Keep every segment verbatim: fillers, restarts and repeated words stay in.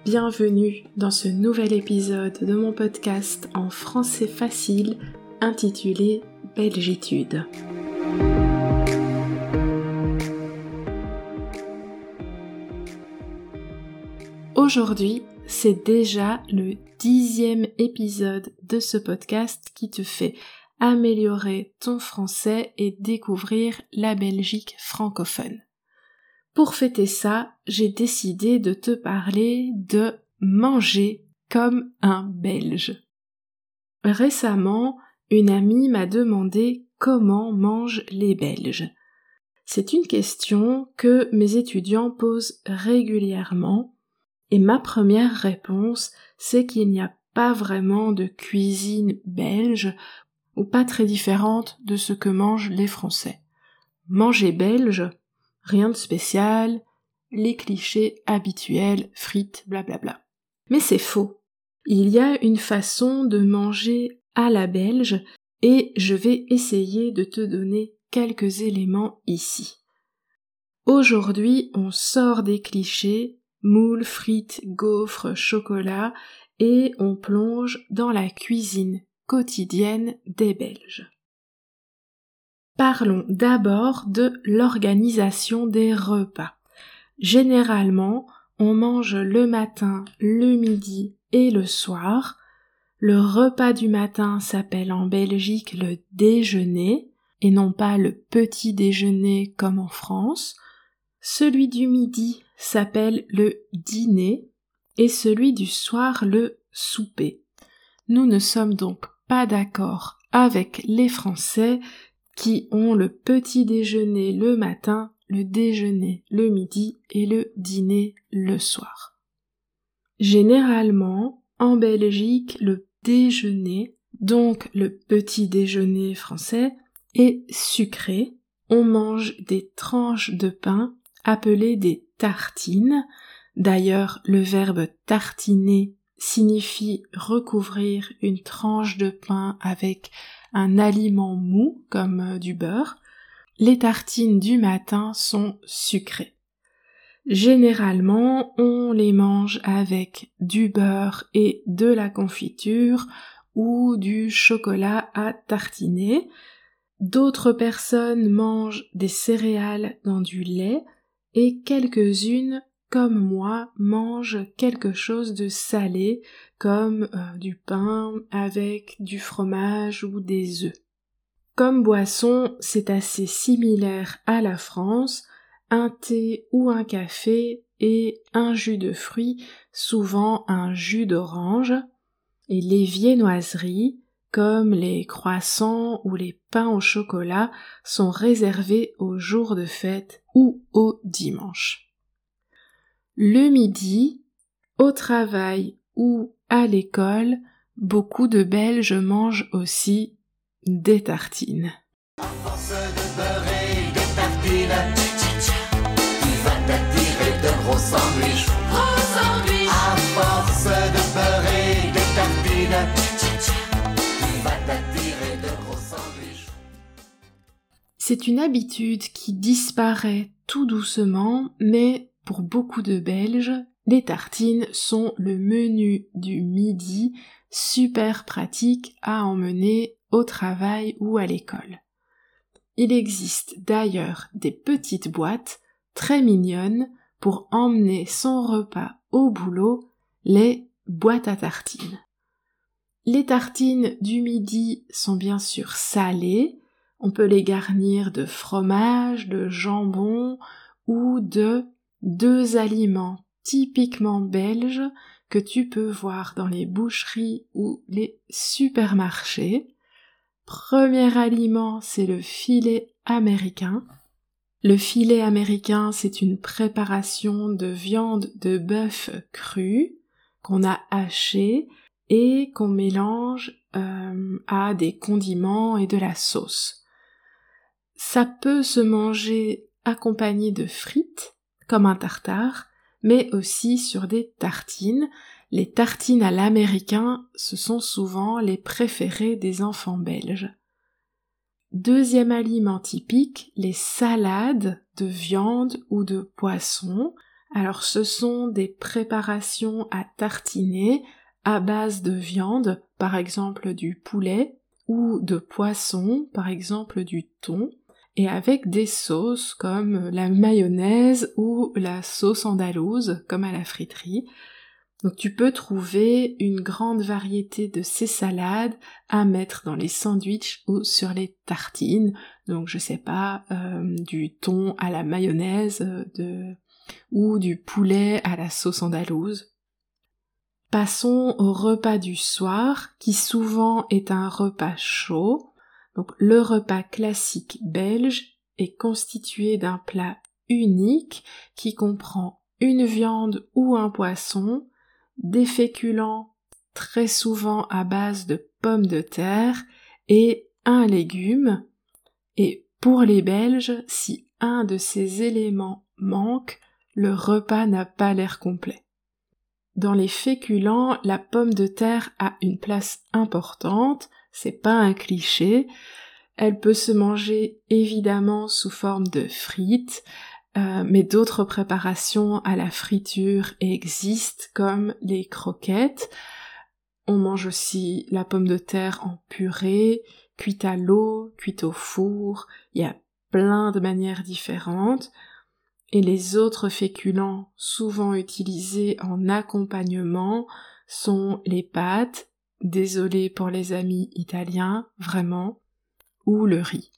bienvenue dans ce nouvel épisode de mon podcast en français facile intitulé Belgitude. Aujourd'hui, c'est déjà le dixième épisode de ce podcast qui te fait améliorer ton français et découvrir la Belgique francophone. Pour fêter ça, j'ai décidé de te parler de manger comme un Belge. Récemment, une amie m'a demandé comment mangent les Belges. C'est une question que mes étudiants posent régulièrement et ma première réponse, c'est qu'il n'y a pas vraiment de cuisine belge ou pas très différente de ce que mangent les Français. Manger belge, rien de spécial, les clichés habituels, frites, blablabla. Mais c'est faux. Il y a une façon de manger à la belge et je vais essayer de te donner quelques éléments ici. Aujourd'hui, on sort des clichés, moules, frites, gaufres, chocolat et on plonge dans la cuisine quotidienne des Belges. Parlons d'abord de l'organisation des repas. Généralement, on mange le matin, le midi et le soir. Le repas du matin s'appelle en Belgique le déjeuner et non pas le petit déjeuner comme en France. Celui du midi s'appelle le dîner et celui du soir le souper. Nous ne sommes donc pas d'accord avec les Français qui ont le petit déjeuner le matin, le déjeuner le midi et le dîner le soir. Généralement, en Belgique, le déjeuner, donc le petit déjeuner français, est sucré. On mange des tranches de pain appelées des tartines. D'ailleurs, le verbe tartiner signifie recouvrir une tranche de pain avec un aliment mou comme du beurre. Les tartines du matin sont sucrées. Généralement, on les mange avec du beurre et de la confiture ou du chocolat à tartiner. D'autres personnes mangent des céréales dans du lait et quelques-unes, comme moi, mangent quelque chose de salé comme euh, du pain avec du fromage ou des œufs. Comme boisson, c'est assez similaire à la France, un thé ou un café et un jus de fruits, souvent un jus d'orange, et les viennoiseries, comme les croissants ou les pains au chocolat, sont réservés aux jours de fête ou au dimanche. Le midi, au travail ou à l'école, beaucoup de Belges mangent aussi des tartines. À force de beurrer des tartines, tu vas t'attirer de gros sandwichs. Gros sandwichs. À force de beurrer des tartines, tu vas t'attirer de gros sandwichs. C'est une habitude qui disparaît tout doucement, mais pour beaucoup de Belges, les tartines sont le menu du midi, super pratique à emmener au travail ou à l'école. Il existe d'ailleurs des petites boîtes très mignonnes pour emmener son repas au boulot, les boîtes à tartines. Les tartines du midi sont bien sûr salées, on peut les garnir de fromage, de jambon ou de deux aliments typiquement belges que tu peux voir dans les boucheries ou les supermarchés. Premier aliment, c'est le filet américain. Le filet américain, c'est une préparation de viande de bœuf crue qu'on a hachée et qu'on mélange euh, à des condiments et de la sauce. Ça peut se manger accompagné de frites, comme un tartare, mais aussi sur des tartines. Les tartines à l'américain, ce sont souvent les préférés des enfants belges. Deuxième aliment typique, les salades de viande ou de poisson, Alors ce sont des préparations à tartiner à base de viande, par exemple du poulet, ou de poisson, par exemple du thon, et avec des sauces comme la mayonnaise ou la sauce andalouse, comme à la friterie. Donc tu peux trouver une grande variété de ces salades à mettre dans les sandwichs ou sur les tartines. Donc je sais pas, euh, du thon à la mayonnaise de... ou du poulet à la sauce andalouse. Passons au repas du soir, qui souvent est un repas chaud. Donc le repas classique belge est constitué d'un plat unique qui comprend une viande ou un poisson, des féculents très souvent à base de pommes de terre et un légume. Et pour les Belges, si un de ces éléments manque, le repas n'a pas l'air complet. Dans les féculents, la pomme de terre a une place importante, c'est pas un cliché. Elle peut se manger évidemment sous forme de frites, euh, mais d'autres préparations à la friture existent comme les croquettes. On mange aussi la pomme de terre en purée, cuite à l'eau, cuite au four, il y a plein de manières différentes. Et les autres féculents souvent utilisés en accompagnement sont les pâtes, désolé pour les amis italiens, vraiment, ou le riz.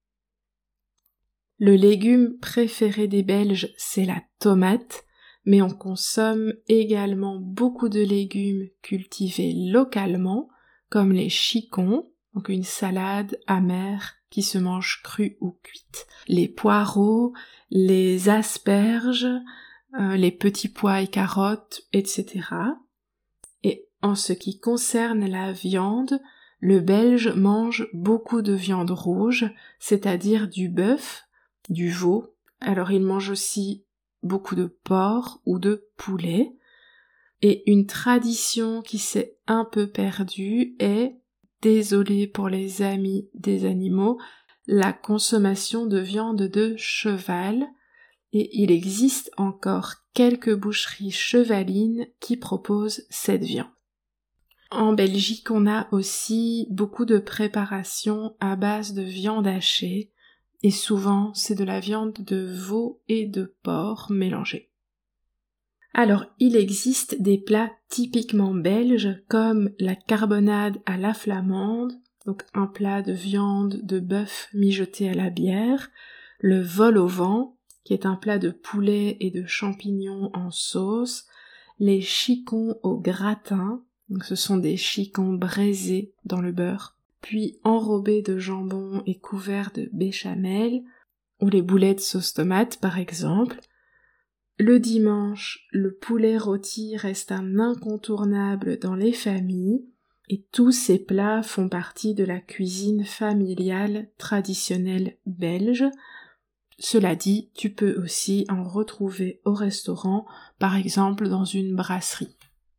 Le légume préféré des Belges, c'est la tomate, mais on consomme également beaucoup de légumes cultivés localement, comme les chicons, donc une salade amère qui se mange crue ou cuite, les poireaux, les asperges, euh, les petits pois et carottes, et cetera. Et en ce qui concerne la viande, le Belge mange beaucoup de viande rouge, c'est-à-dire du bœuf, du veau. Alors il mange aussi beaucoup de porc ou de poulet. Et une tradition qui s'est un peu perdue est, désolé pour les amis des animaux, la consommation de viande de cheval, et il existe encore quelques boucheries chevalines qui proposent cette viande. En Belgique, on a aussi beaucoup de préparations à base de viande hachée, et souvent c'est de la viande de veau et de porc mélangés. Alors, il existe des plats typiquement belges comme la carbonade à la flamande, donc un plat de viande de bœuf mijoté à la bière, le vol au vent, qui est un plat de poulet et de champignons en sauce, les chicons au gratin, donc ce sont des chicons braisés dans le beurre, puis enrobés de jambon et couverts de béchamel, ou les boulettes sauce tomate par exemple. Le dimanche, le poulet rôti reste un incontournable dans les familles, et tous ces plats font partie de la cuisine familiale traditionnelle belge. Cela dit, tu peux aussi en retrouver au restaurant, par exemple dans une brasserie.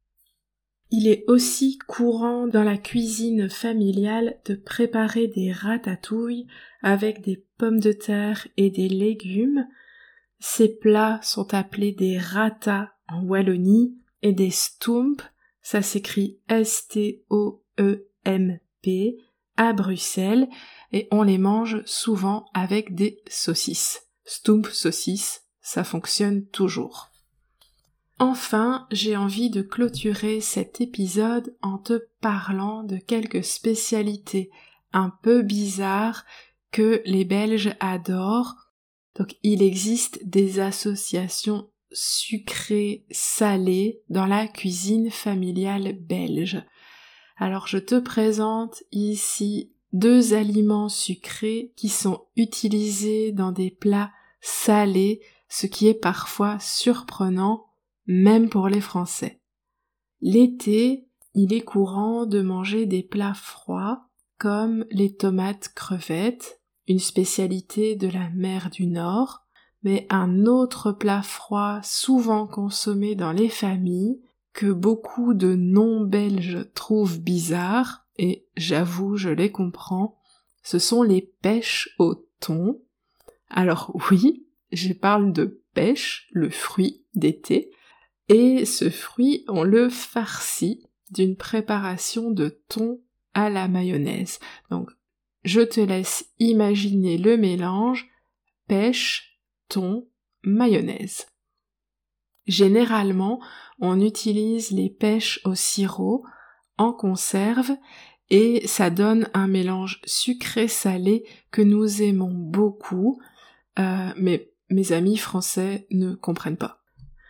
Il est aussi courant dans la cuisine familiale de préparer des ratatouilles avec des pommes de terre et des légumes. Ces plats sont appelés des ratas en Wallonie et des stump, ça s'écrit S T O E M P, à Bruxelles, et on les mange souvent avec des saucisses. Stump saucisse, ça fonctionne toujours. Enfin, j'ai envie de clôturer cet épisode en te parlant de quelques spécialités un peu bizarres que les Belges adorent. Donc il existe des associations sucrées-salées dans la cuisine familiale belge. Alors je te présente ici deux aliments sucrés qui sont utilisés dans des plats salés, ce qui est parfois surprenant, même pour les Français. L'été, il est courant de manger des plats froids comme les tomates crevettes, une spécialité de la mer du Nord, mais un autre plat froid souvent consommé dans les familles, que beaucoup de non-belges trouvent bizarre, et j'avoue, je les comprends, ce sont les pêches au thon. Alors oui, je parle de pêche, le fruit d'été, et ce fruit, on le farcit d'une préparation de thon à la mayonnaise. Donc, je te laisse imaginer le mélange pêche, thon, mayonnaise. Généralement, on utilise les pêches au sirop en conserve et ça donne un mélange sucré-salé que nous aimons beaucoup, euh, mais mes amis français ne comprennent pas.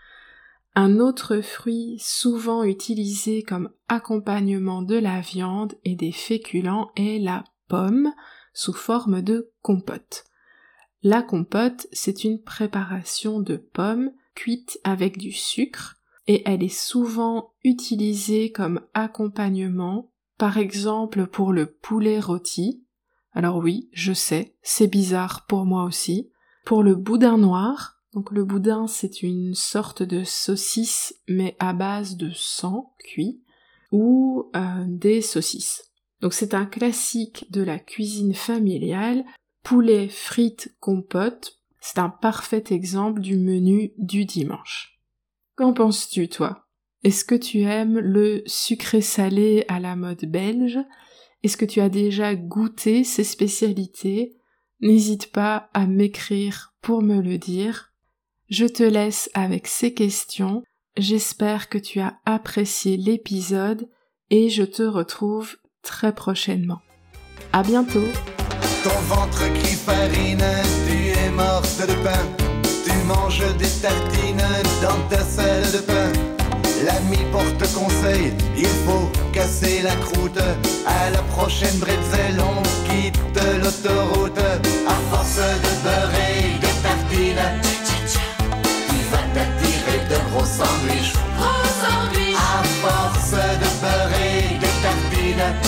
Un autre fruit souvent utilisé comme accompagnement de la viande et des féculents est la pomme sous forme de compote. La compote, c'est une préparation de pommes cuite avec du sucre et elle est souvent utilisée comme accompagnement, par exemple pour le poulet rôti. Alors oui, je sais, c'est bizarre pour moi aussi. Pour le boudin noir, donc le boudin c'est une sorte de saucisse mais à base de sang cuit, ou euh, des saucisses. Donc c'est un classique de la cuisine familiale. Poulet, frites, compote, c'est un parfait exemple du menu du dimanche. Qu'en penses-tu, toi? Est-ce que tu aimes le sucré-salé à la mode belge? Est-ce que tu as déjà goûté ces spécialités? N'hésite pas à m'écrire pour me le dire. Je te laisse avec ces questions. J'espère que tu as apprécié l'épisode et je te retrouve très prochainement. À bientôt! Ton ventre crie farine, tu es morte de pain. Tu manges des tartines dans ta salle de pain. L'ami porte conseil, il faut casser la croûte. À la prochaine bretzel, on quitte l'autoroute. À force de beurrer des tartines, tu vas t'attirer de gros sandwichs. À force de beurrer des tartines,